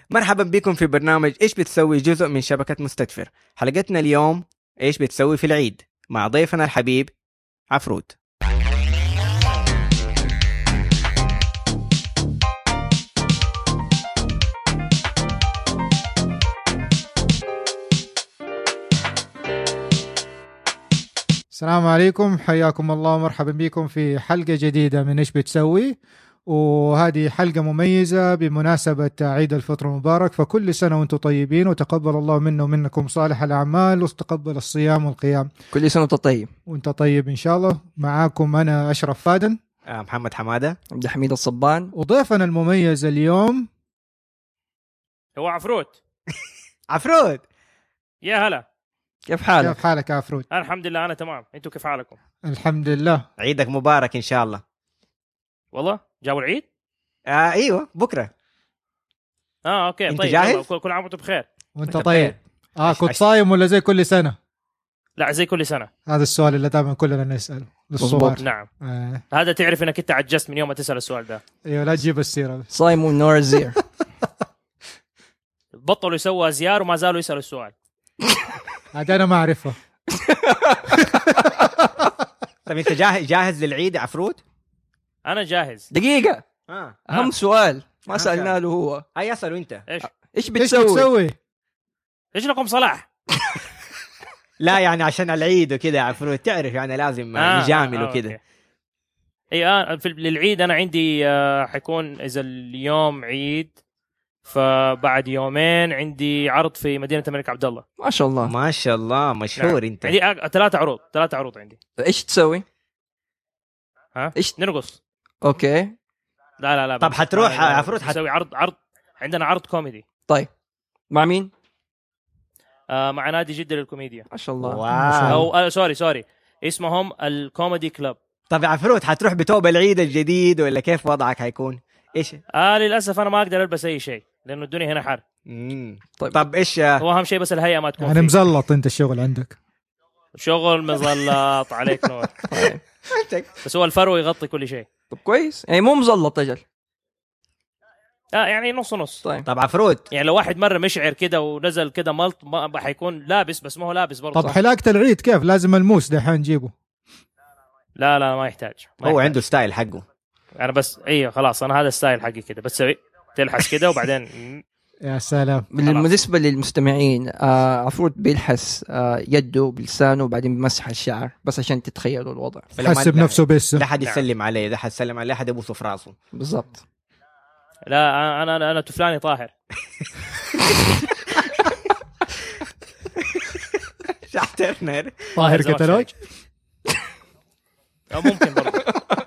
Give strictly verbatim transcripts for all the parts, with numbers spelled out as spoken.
مرحبا بكم في برنامج إيش بتسوي، جزء من شبكة مستدفر. حلقتنا اليوم إيش بتسوي في العيد مع ضيفنا الحبيب عفرود. السلام عليكم، حياكم الله ومرحبا بكم في حلقة جديدة من إيش بتسوي. وهذه حلقة مميزة بمناسبة عيد الفطر المبارك، فكل سنة وانتم طيبين وتقبل الله منا ومنكم صالح الأعمال وتقبل الصيام والقيام. كل سنة وانت طيب. وانت طيب إن شاء الله. معاكم أنا أشرف فادن، آه محمد حمادة، عبد الحميد الصبان، وضيفنا المميز اليوم هو عفرود. عفرود يا هلا، كيف حالك؟ كيف حالك يا عفرود؟ أنا الحمد لله أنا تمام، أنتوا كيف حالكم؟ الحمد لله. عيدك مبارك إن شاء الله. والله جاوا العيد؟ آه أيوة بكرة. آه أوكي. أنت طيب جاهز؟ كل, كل عام وأنتم بخير. وانت أنت طيب؟ بخير. آه عش- كنت عش- صايم ولا زي كل سنة؟ لا زي كل سنة. هذا السؤال اللي دائما كلنا نسأل للصغار. نعم. آه. هذا تعرف إنك أنت عجزت من يوم ما تسأل السؤال ده. ايوه لا تجيب السيرة. صايم نور الزير. بطلوا يسووا أزيار وما زالوا يسألوا السؤال. هذا أنا ما أعرفه. طيب أنت جاهز جاهز للعيد يا عفرود؟ أنا جاهز. دقيقة، آه أهم آه. سؤال ما أهم سألنا سؤال. له هو هيا اسألوا أنت. إيش؟ إيش إيش بتسوي؟ بتسوي؟ إيش لكم صلاح؟ لا يعني عشان العيد وكذا عفرود تعرف يعني لازم آه، نجامل آه، وكذا. أوكي. اي اه في للعيد انا عندي آه حيكون اذا اليوم عيد فبعد يومين عندي عرض في مدينة الملك عبد الله. ما شاء الله. ما شاء الله مشهور. نعم. أنت عندي آه ثلاثة عروض ثلاثة عروض عندي. إيش تسوي؟ ها إيش؟ نرقص. أوكي لا لا لا طب بس- حتروح لا، لا، لا، عفروت حت- نسوي عرض عرض عندنا عرض كوميدي طيب، مع مين؟ آه مع نادي جدة للكوميديا. ما شاء الله. واو. او آه سوري سوري اسمهم الكوميدي كلاب. طب يا عفروت حتروح بتوب العيد الجديد ولا كيف وضعك هيكون؟ ايش؟ آه للاسف انا ما اقدر البس اي شيء لانه الدنيا هنا حر. مم. طيب. طب ايش؟ هو اهم شيء بس الهيئة ما تكون يعني فيه. مزلط انت الشغل عندك. شغل مزلط عليك نور. طيب. بس هو الفرو يغطي كل شيء. طب كويس، يعني مو مزلط أجل. اه يعني نص نص. طيب طب عفروت يعني لو واحد مرة مشعر كده ونزل كده ملط ما حيكون لابس بس ما هو لابس برضه. طب حلاقة العيد كيف؟ لازم الموس دحين نجيبه. لا لا ما يحتاج ما هو يحتاج. عنده ستايل حقه. انا بس ايوه خلاص انا هذا الستايل حقي كده بس سوي تلحس كده وبعدين يا سلام. بالنسبة للمستمعين، آه عفروت بيلحس آه يده بلسانه وبعدين بمسح الشعر بس عشان تتخيلوا الوضع. حسب نفسه بس. لا حد يسلم عليه، لا حد يسلم عليه، حد يبوسه في راسه. بالضبط. لا انا انا انا تفلاني طاهر. شاحترنر طاهر زواج كتالوج. أو ممكن برضه.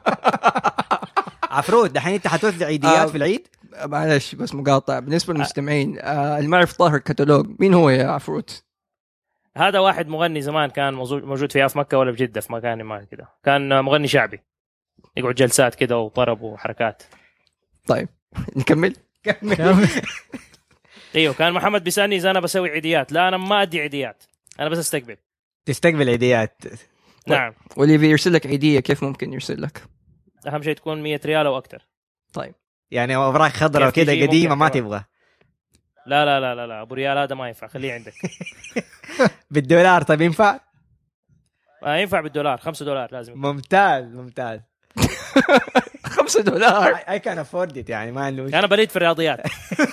عفروت دحين انت حتوزع عيديات آه. في العيد؟ معلش بس مقاطع. بالنسبة للمستمعين، آه اللي ما يعرف طاهر كتالوج مين هو يا عفروت؟ هذا واحد مغني زمان كان موجود موجود فيها في مكة ولا بجدة في مكان ما كده، كان مغني شعبي يقعد جلسات كده وطرب وحركات. طيب نكمل. ايوه كان محمد بيسألني اذا انا بسوي عيديات. لا انا ما ادي عيديات، انا بس استقبل. تستقبل عيديات. نعم. واللي بيرسل لك عيدية كيف ممكن يرسل لك؟ اهم شيء تكون مية ريال او اكثر. طيب يعني اوراق خضراء كيف وكذا تجي قديمه ممكن ما كمان. تبغى؟ لا لا لا لا لا ابو ريال هذا ما ينفع، خليه عندك. بالدولار طيب ينفع؟ آه ينفع بالدولار، خمسة دولار لازم. ممتاز ممتاز. خمسة دولار. I can afford it يعني ما له. انا بليد في الرياضيات.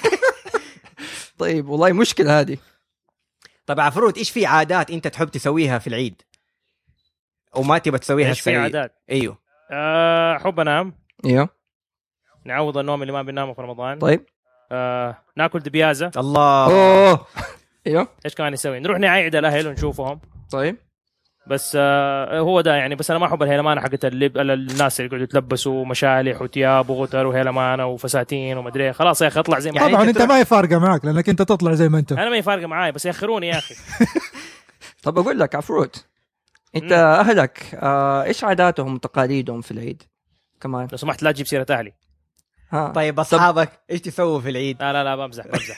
طيب والله مشكلة هذه. طب عفروت ايش في عادات انت تحب تسويها في العيد وما تبى تسويها ايش في السعيد؟ عادات؟ ايوه. آه حب انام، ايوه نعوض النوم اللي ما بننامه في رمضان. طيب. آه ناكل دبيازة. الله. اوه ايوه ايش كمان نسوي؟ نروح نعيد الاهل ونشوفهم. طيب. بس آه هو ده يعني. بس انا ما احب الهيلمانه حقت اللب... الناس اللي يقعدوا يتلبسوا مشالح وثياب وغتر وهيلمانه وفساتين ومدري. خلاص يا اخي اطلع زي ما يعني طبعا أنت انت تروح- ما يفارقه معك لانك انت تطلع زي ما انت. انا ما يفارق معاي بس ياخروني يا اخي. طب اقول لك عفروت، انت مم. اهلك آه ايش عاداتهم وتقاليدهم في العيد كمان؟ لو سمحت لا تجيب سيره اهلي. ها. طيب اصحابك ايش تسووا في العيد؟ لا لا لا بمزح بمزح.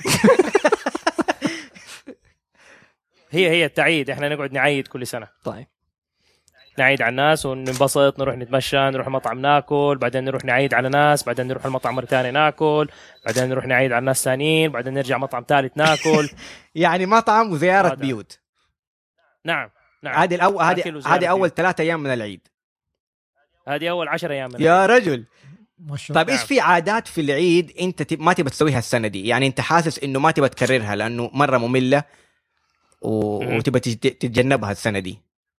هي هي التعيد، احنا نقعد نعيد كل سنه. طيب نعيد على الناس وننبسط، نروح نتمشى، نروح المطعم ناكل، بعدين نروح نعيد على ناس، بعدين نروح المطعم مرة ثانية ناكل، بعدين نروح نعيد على ناس ثانيين، بعدين نرجع مطعم ثالث ناكل. يعني مطعم وزيارة هذا. بيوت. نعم نعم. هذه الأول هذه أكل وزيارة هذه أول بيوت. ثلاثة أيام من العيد. هذه أول عشر أيام من يا العيد. رجل. ما شاء الله. طيب إيش في عادات في العيد أنت تب... ما تبى تسويها السنة دي؟ يعني أنت حاسس إنه ما تبى تكررها لأنه مرة مملة و... مم. وتبى تج... تتجنبها السنة دي.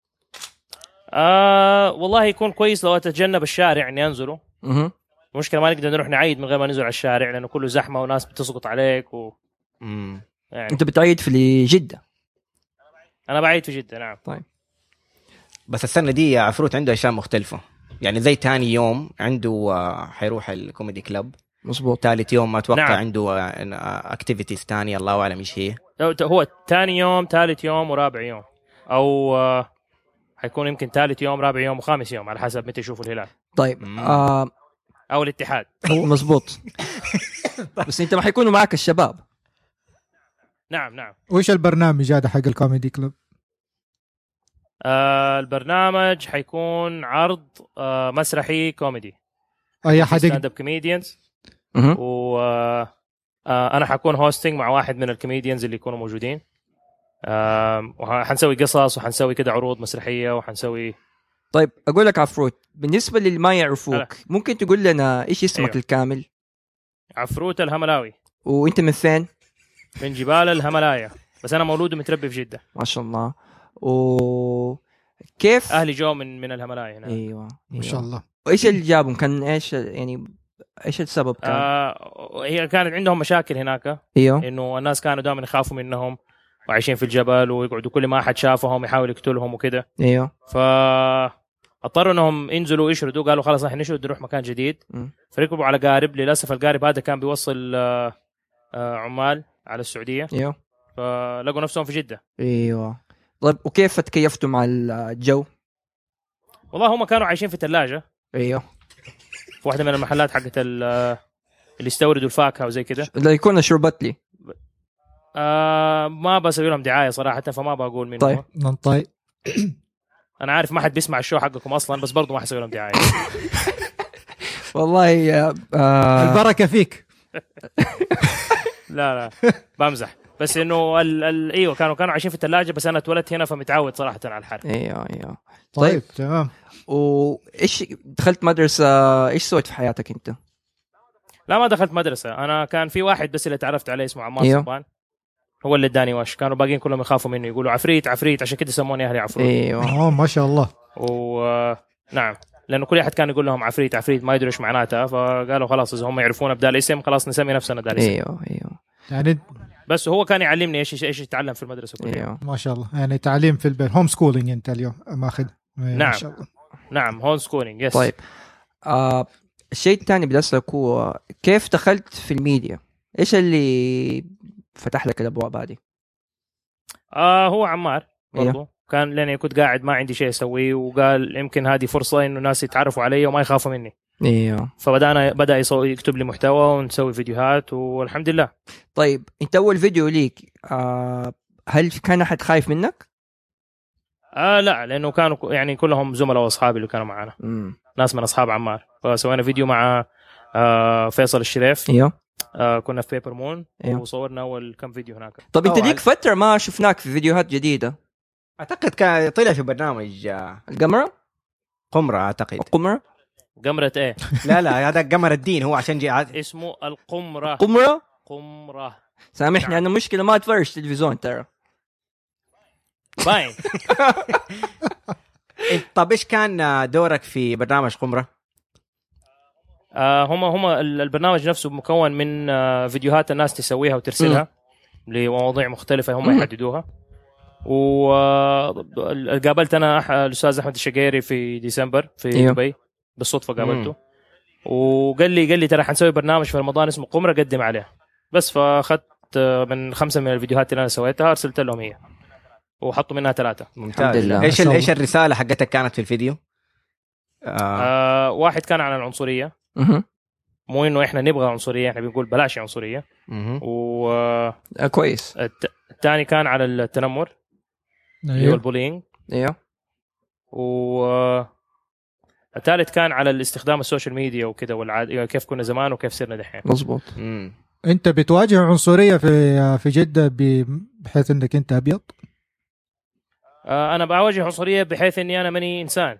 آه والله يكون كويس لو أتجنب الشارع إني أنزله. اها المشكلة ما نقدر نروح نعيد من غير ما ننزل على الشارع لأنه كله زحمة وناس بتسقط عليك و... مم. يعني انت بتعيد في جدة؟ أنا بعيد في جدة. نعم. طيب بس السنة دي يا عفروت عنده أشياء مختلفة. يعني زي تاني يوم عنده آه، حيروح الكوميدي كلاب. مظبوط. ثالث يوم ما أتوقع نعم. عنده أكتيفيتيز تانية الله أعلم إيش هي. هو ثاني يوم، ثالث يوم، ورابع يوم، أو آه حيكون يمكن ثالث يوم، رابع يوم، وخامس يوم على حسب متى يشوفوا الهلال طيب مم. آه أو الاتحاد. مظبوط. بس انت ما حيكونوا معك الشباب. نعم نعم. وإيش البرنامج هذا حق الكوميدي كلوب؟ آه البرنامج حيكون عرض آه مسرحي كوميدي. أي أحد ستاند اب كوميديانز. اها و آه آه انا حكون هوستنج مع واحد من الكوميديانز اللي يكونوا موجودين. آه وحنسوي قصص وحنسوي كده عروض مسرحيه وحنسوي. طيب اقول لك عفروت، بالنسبة للي ما يعرفوك هلا. ممكن تقول لنا ايش اسمك أيوه. الكامل؟ عفروت الهملاوي وانت من فين؟ من جبال الهملايا، بس انا مولود ومتربي في جده. ما شاء الله. وكيف اهلي جو من من الهملايا هنا. ايوه ما شاء الله. وايش اللي جابهم؟ كان ايش يعني ايش السبب كان؟ آه هي كانت عندهم مشاكل هناك، ايوه انه الناس كانوا دائما يخافوا منهم وعايشين في الجبل ويقعدوا كل ما احد شافهم يحاول يقتلهم وكده. ايوه ف اضطروا انهم ينزلوا يشردوا، قالوا خلاص احنا نشرد نروح مكان جديد. م. فركبوا على قارب. للاسف القارب هذا كان بيوصل آه، آه، عمال على السعوديه، ايوه فلقوا نفسهم في جده. ايوه. طيب وكيف تكيفتوا مع الجو؟ والله هم كانوا عايشين في ثلاجه ايوه في واحده من المحلات حقت ال- آه، اللي يستوردوا الفاكهه وزي كده. لا يكون شربت لي. آه ما بسوي لهم دعايه صراحه، فما بقول منه. طيب. ننطي. انا عارف ما حد بيسمع الشو حقكم اصلا، بس برضو ما حسوي لهم دعايه. والله آه البركة فيك. لا لا بمزح، بس انه ال... ال... ايوه كانوا كانوا عايشين في الثلاجه، بس انا اتولدت هنا فمتعود صراحه على الحر. ايوه ايوه. طيب, طيب. تمام. وايش دخلت مدرسة؟ ايش سويت في حياتك انت؟ لا ما دخلت مدرسه، انا كان في واحد بس اللي تعرفت عليه اسمه عمار أيوه. صبان، هو اللي اداني وش. كانوا باقيين كلهم يخافوا منه، يقولوا عفريت عفريت، عشان كده يسموني اهلي عفروت. ايوه اه ما شاء الله. ونعم، لانه كل احد كان يقول لهم عفريت عفريت ما يدروا ايش معناتها، فقالوا خلاص اذا هم يعرفونا بدال الاسم خلاص نسمي نفسنا بدال الاسم. ايوه ايوه يعني بس هو كان يعلمني ايش ايش يتعلم في المدرسه كلها. ايوه. ما شاء الله، يعني تعليم في البيت، هوم سكولينج انت اليوم ماخذ. نعم. ما شاء الله. نعم هون سكولينج يس. طيب آه الشيء الثاني بدي اسالك هو كيف دخلت في الميديا؟ ايش اللي فتح لك الابواب هذه؟ آه هو عمار أيوه. برضو كان، لاني كنت قاعد ما عندي شيء اسويه، وقال يمكن هذه فرصه انه الناس يتعرفوا علي وما يخافوا مني. ايوه. فبدانا بدا يصو... يكتب لي محتوى ونسوي فيديوهات والحمد لله. طيب انت اول فيديو ليك آه هل كان احد خايف منك؟ آه لا، لانه كانوا ك- يعني كلهم زملاء واصحابي اللي كانوا معنا، امم ناس من اصحاب عمار. فسوينا فيديو مع آه فيصل الشريف. ايوه آه كنا في بيبر مون. أيوه. وصورنا اول كم فيديو هناك. طب انت أوه، ليك فتره ما شفناك في فيديوهات جديده. أعتقد كان طلع في برنامج آه، القمره قمرة أعتقد. القمره قمرة ايه؟ لا لا هذا قمر الدين، هو عشان جي عاد- اسمه القمرة. قمره. قمرة سامحني نعم. انا مشكله ما اتفرج تلفزيون ترى. باين. طب إيش كان آه، دورك في برنامج قمرة؟ آه هم هم ال- البرنامج نفسه مكون من آه فيديوهات الناس تسويها وترسلها لمواضيع مختلفة هم مم. يحددوها. وقابلت انا أح- الاستاذ احمد الشقيري في ديسمبر في أيوه. دبي بالصدفه قابلته. وقال لي قال لي ترى حنسوي برنامج في رمضان اسمه قمرة قدم عليه. بس فاخذت آه، من خمسه من الفيديوهات اللي انا سويتها ارسلت لهم هي، وحطوا منها ثلاثه. ممتاز. الحمد لله. إيش ما ال- شاء إيش الرسالة حقتك كانت في الفيديو؟ آه. آه واحد كان عن العنصريه، اها مو انه احنا نبغى عنصريه، احنا بنقول بلاش عنصريه. مهم. والثاني آه كويس. كان على التنمر اللي هو ايوه. البولينج. ايوه و الثالث كان على الاستخدام السوشيال ميديا وكذا والعاد كيف كنا زمان وكيف صرنا دحين. مظبوط. انت بتواجه عنصريه في في جده بحيث انك انت ابيض؟ آه انا بواجه عنصريه بحيث اني انا ماني انسان.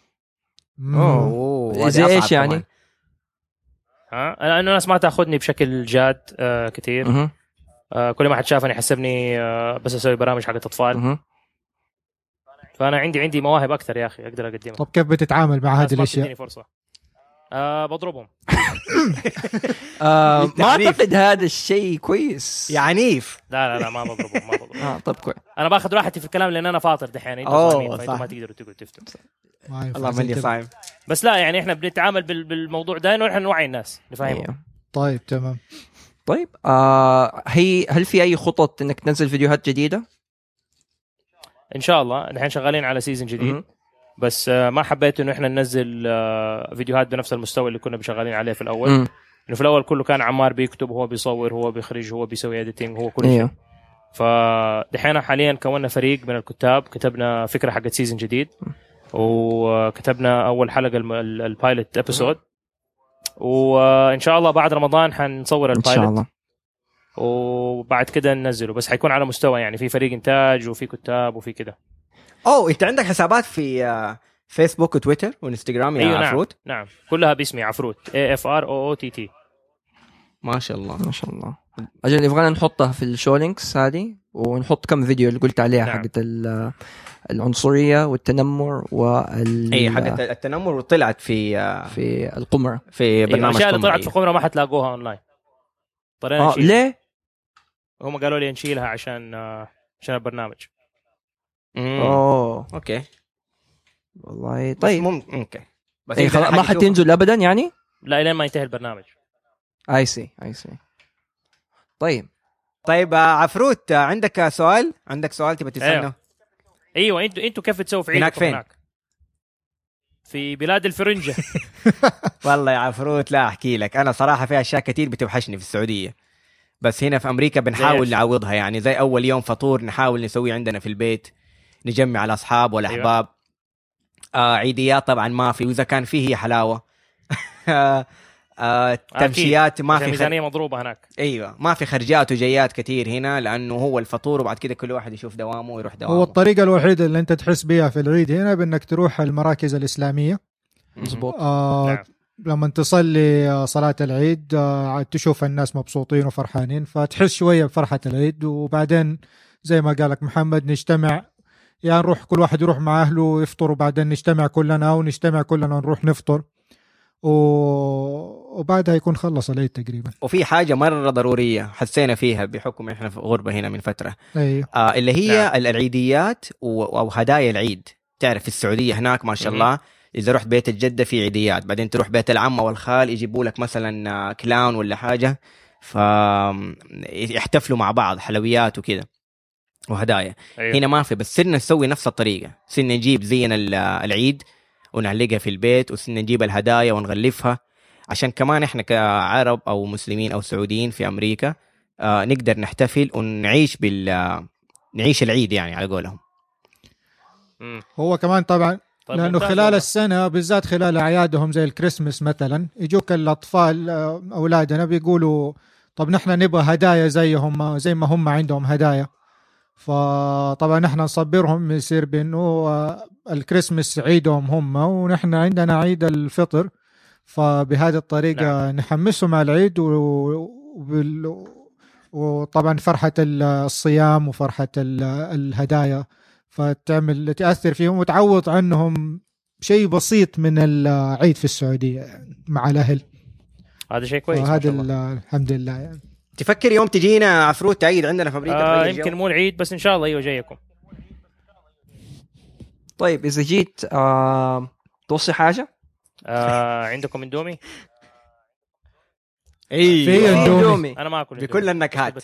اوه زي ايش يعني؟ ها انا انه الناس ما تاخذني بشكل جاد آه كثير. آه كل ما حد شافني حسبني آه بس اسوي برامج حقت اطفال. مه. فانا عندي عندي مواهب اكثر يا اخي اقدر اقدمها. طب كيف بتتعامل مع هذه الاشياء؟ فرصه آه بضربهم. آه ما اعتقد هذا الشيء كويس عنيف. لا لا لا ما بضربهم ما بضربهم. اه طب كويس. انا باخذ راحتي في الكلام لان انا فاطر دحين انتوا صايمين فانتوا ما تقدروا تقعدوا تفتوا. الله ماني صايم. بس لا يعني احنا بنتعامل بالموضوع ده انه احنا نوعي الناس نفهمهم. طيب تمام. طيب آه هي هل في اي خطط انك تنزل فيديوهات جديده؟ ان شاء الله نحن شغالين على سيزن جديد. م- بس آه ما حبيت انه احنا ننزل آه فيديوهات بنفس المستوى اللي كنا شغالين عليه في الاول. م- انه في الاول كله كان عمار بيكتب هو بيصور هو بيخرج هو بيسوي اديتنج هو كل شيء. أيوه. فدحين حاليا كونا فريق من الكتاب كتبنا فكره حقت سيزن جديد وكتبنا اول حلقه البايلوت ابيسود وان شاء الله بعد رمضان حنصور البايلوت ان شاء الله وبعد كده ننزله بس حيكون على مستوى يعني في فريق انتاج وفي كتاب وفي كده. اوه انت عندك حسابات في فيسبوك وتويتر وانستغرام يا أيوة عفروت؟ نعم. نعم كلها باسمي عفروت A F R O O T T. ما شاء الله ما شاء الله. اجل نبغى نحطها في الشو لينكس هذه ونحط كم فيديو اللي قلت عليها. نعم. حقت العنصريه والتنمر وال اي حقت التنمر وطلعت في في القمره في برنامج الاشياء اللي طلعت في القمره ما حتلاقوها اونلاين. آه ليه؟ هم قالوا لي نشيلها عشان عشان البرنامج. اوه اوكي والله طيب ممكن بس إيه ما حتنزل ابدا يعني؟ لا الين ما ينتهي البرنامج. اي سي اي سي. طيب طيب عفروت عندك سؤال عندك سؤال تبي تسأله؟ ايوه, أيوة. انتوا انتوا كيف تسووا في هناك فين؟ هناك في بلاد الفرنجة. والله يا عفروت لا احكي لك انا صراحة في اشياء كتير بتوحشني في السعودية بس هنا في امريكا بنحاول نعوضها يعني زي اول يوم فطور نحاول نسوي عندنا في البيت نجمع الاصحاب والاحباب. أيوة. آه عيديات طبعا ما في واذا كان فيه هي حلاوة. آه تمشيات ما في ميزانية خر... مضروبة هناك. ايوه ما في خرجات وجيات كتير هنا لانه هو الفطور وبعد كده كل واحد يشوف دوامه ويروح دوامه. هو الطريقة الوحيدة اللي انت تحس بيها في العيد هنا بانك تروح المراكز الاسلامية. مظبوط. آه نعم. لما تصلي صلاة العيد آه تشوف الناس مبسوطين وفرحانين فتحس شوية بفرحة العيد وبعدين زي ما قالك محمد نجتمع يعني نروح كل واحد يروح مع أهله ويفطر وبعدين نجتمع كلنا ونجتمع كلنا نروح نفطر و... وبعدها يكون خلص العيد تقريبا. وفي حاجة مرة ضرورية حسينا فيها بحكم إحنا في غربة هنا من فترة. أيوه. آه اللي هي نعم. العيديات و... أو هدايا العيد. تعرف في السعودية هناك ما شاء الله إذا رحت بيت الجدة في عيديات بعدين تروح بيت العم والخال يجيبوا لك مثلا كلاون ولا حاجة فيحتفلوا مع بعض حلويات وكده وهدايا. أيوه. هنا ما في بس صرنا نسوي نفس الطريقة صرنا نجيب زينا العيد ونعلقها في البيت وصرنا نجيب الهدايا ونغلفها عشان كمان احنا كعرب او مسلمين او سعوديين في امريكا آه نقدر نحتفل ونعيش بال نعيش العيد يعني على قولهم. هو كمان طبعا لانه خلال السنه بالذات خلال اعيادهم زي الكريسماس مثلا يجوك الاطفال اولادنا بيقولوا طب نحن نبغى هدايا زيهم زي ما هم عندهم هدايا فطبعا نحن نصبرهم يصير بانه الكريسماس عيدهم هم ونحن عندنا عيد الفطر فبهذه الطريقة نعم. نحمسهم على العيد و... وطبعا فرحة الصيام وفرحة الهدايا فتعمل تأثر فيهم وتعوض عنهم شيء بسيط من العيد في السعودية مع الأهل. هذا شيء كويس هذا الحمد لله يعني. تفكر يوم تجينا عفروت عيد عندنا في أمريكا؟ آه يمكن مو العيد بس إن شاء الله أيوة جايكم. طيب إذا جيت آه... توصي حاجة؟ آه عندكم اندومي؟ اي في اندومي. انا ما اكل بكل النكهات.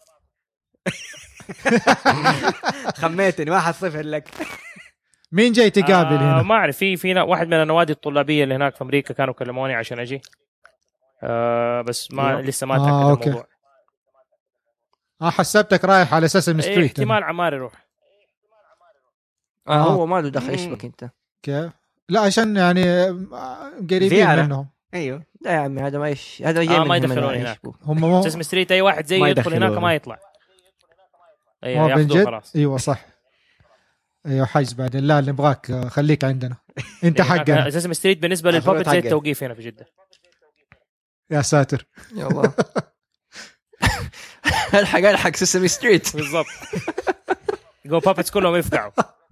خميتني واحد صفر لك. مين جاي تقابل آه هنا؟ ما اعرف في في واحد من النوادي الطلابيه اللي هناك في امريكا كانوا كلموني عشان اجي آه بس ما لسه ما تاكد آه الموضوع. اه حسبتك رايح على سيسم ستريت. احتمال عمار يروح. آه هو ما له دخل ايش بك انت. كيف لا عشان يعني قريبين منهم. ايوه لا يا عمي هذا ما يش هذا جاي آه من ما يدخلون هناك هم مو سيسم ستريت اي واحد زي يدخل هناك ما يطلع. ايوه ياخذوه خلاص. ايوه صح ايوه حجز بعدين لا نبغاك خليك عندنا انت حقنا. سيسم ستريت بالنسبه للبابت زي التوقيف هنا في جده. يا ساتر يا الله الحق الحق سيسم ستريت بالضبط. جو بابتس كلهم يفقعوا.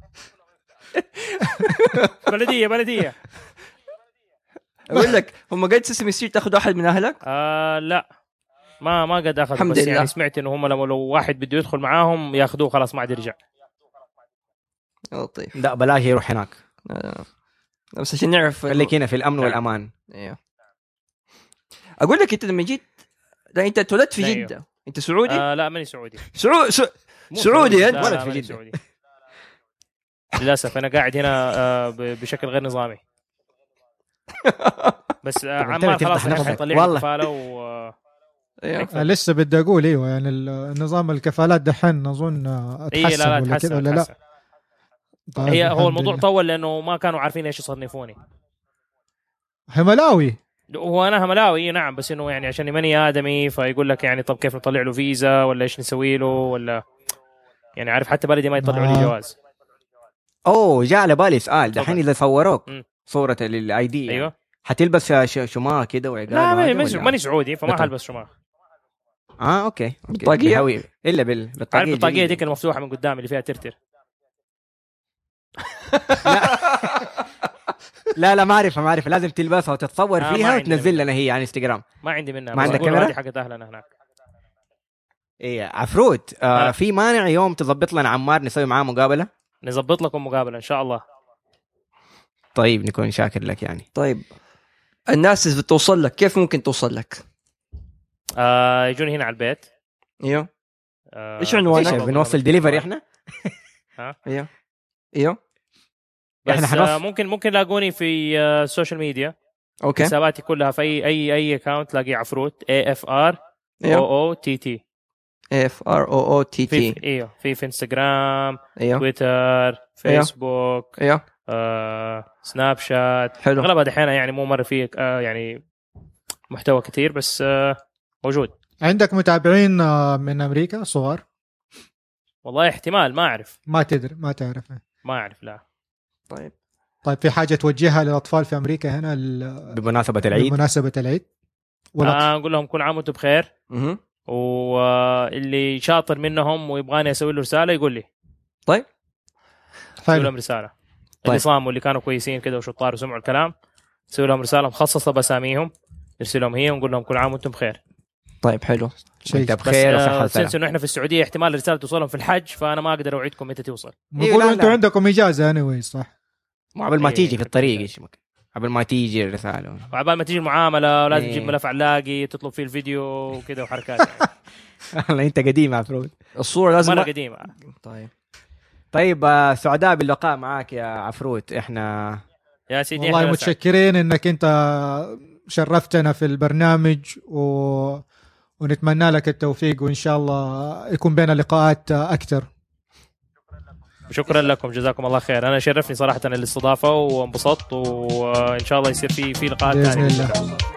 بلديه بلديه اقول لك هم قد سيسم ستريت تاخذ واحد من اهلك؟ آه لا ما ما قد اخذ الحمد بس لله. يعني سمعت انه هم لو لو واحد بده يدخل معاهم ياخذوه خلاص ما عاد يرجع. لطيف. لا بلاش يروح هناك لا بس عشان نعرف خليك هنا في الامن والامان. ايوه اقول لك انت لما جيت لا انت اتولدت في أيوه. جده انت سعودي؟ آه لا ماني سعودي. سعو... س... سعودي انت؟ ولد في جدة. للاسف انا قاعد هنا آه بشكل غير نظامي. بس آه عمار خلاص حيطلع لي كفاله و ايوه لسه بدي اقول ايوه يعني النظام الكفالات دحين اظن اتحسن إيه لا لا ولا كذا ولا لا؟ طيب هي هو الموضوع طول لانه ما كانوا عارفين ايش يصنفوني. هملاوي هو انا هملاوي نعم بس انه يعني عشان ماني ادمي فيقول لك يعني طب كيف نطلع له فيزا ولا ايش نسوي له ولا يعني عارف حتى بلدي ما يطلعوا لي آه. جواز. اوه جاء على بالي سؤال دحين اذا صوروك م. صوره للاي دي يعني. ايوه حتلبس ش- شماغ كده وعقال لا وهذا ماني ولا؟ ماني سعودي فما بطل. حلبس شماغ. اه اوكي بطاقية؟ بحوي. الا بال عارف بالطاقيه الطاقيه الجديدة. ديك المفتوحه من قدام اللي فيها ترتر. لا لا ما اعرفها ما اعرفها لازم تلبسها وتتصور آه، ما فيها عندنا وتنزل منها. لنا هي على انستغرام. ما عندي منها. ما بس عندك أقول كاميرا؟ هذه حقت اهلنا هناك. ايه عفروت آه آه. في مانع يوم تظبط لنا عمار نسوي معاه مقابله؟ نظبط لكم مقابله ان شاء الله. طيب نكون شاكر لك يعني. طيب الناس اللي توصل لك كيف ممكن توصل لك؟ آه يجوني هنا على البيت. ايوه آه إيش عنوانك؟ ايش بنوصل ديليفري احنا؟ ايوه ايوه بس إحنا آه حنوصل. ممكن ممكن لاقوني في آه السوشيال ميديا. اوكي حساباتي كلها في اي اي اي اكونت تلاقي عفروت اي اف ار ايوه او او تي تي. اف ار او او تي في تي ايوه في في انستغرام ايوه تويتر فيسبوك ايوه آه سناب شات. حلو اغلبها دحين يعني مو مره فيه آه يعني محتوى كتير بس آه موجود. عندك متابعين آه، من امريكا صور؟ والله احتمال ما اعرف ما تدري ما تعرف. ما اعرف لا. طيب طيب في حاجه توجهها للاطفال في امريكا هنا ال- بمناسبه العيد بمناسبه العيد؟ ولا آه نقول لهم كل عام وانتم بخير. اها واللي شاطر منهم ويبغاني اسوي له رساله يقول لي طيب اسوي حلو. لهم رساله. طيب. اللي صاموا اللي كانوا كويسين كده وشطار وسمعوا الكلام اسوي لهم رساله مخصصه باساميهم نرسلهم هي ونقول لهم كل عام وانتم بخير. طيب حلو شيء انت بس بخير وصحه آه وسلامه. سنس انه احنا في السعوديه احتمال الرساله توصلهم في الحج فانا ما اقدر اوعدكم متى توصل. إيه، بقولوا لا، انتم لا. عندكم اجازه اني anyway صح؟ مو قبل ما إيه، تيجي في الطريق إيه. ايش مك- قبل ما تيجي الرساله. وعبال ما تيجي المعامله ولازم إيه. تجيب ملف علاقي تطلب فيه الفيديو وكذا وحركات يعني. والله انت قديم عفروت. الصوره لازم مره ما... قديمه. طيب طيب آه، سعداء باللقاء معاك يا عفروت. احنا يا سيدي والله إحنا متشكرين انك انت شرفتنا في البرنامج و... ونتمنى لك التوفيق وان شاء الله يكون بينا لقاءات اكثر. شكرا لكم جزاكم الله خير. انا شرفني صراحه الاستضافه وانبسطت وان شاء الله يصير في في لقاءات بإذن ثانيه. الله.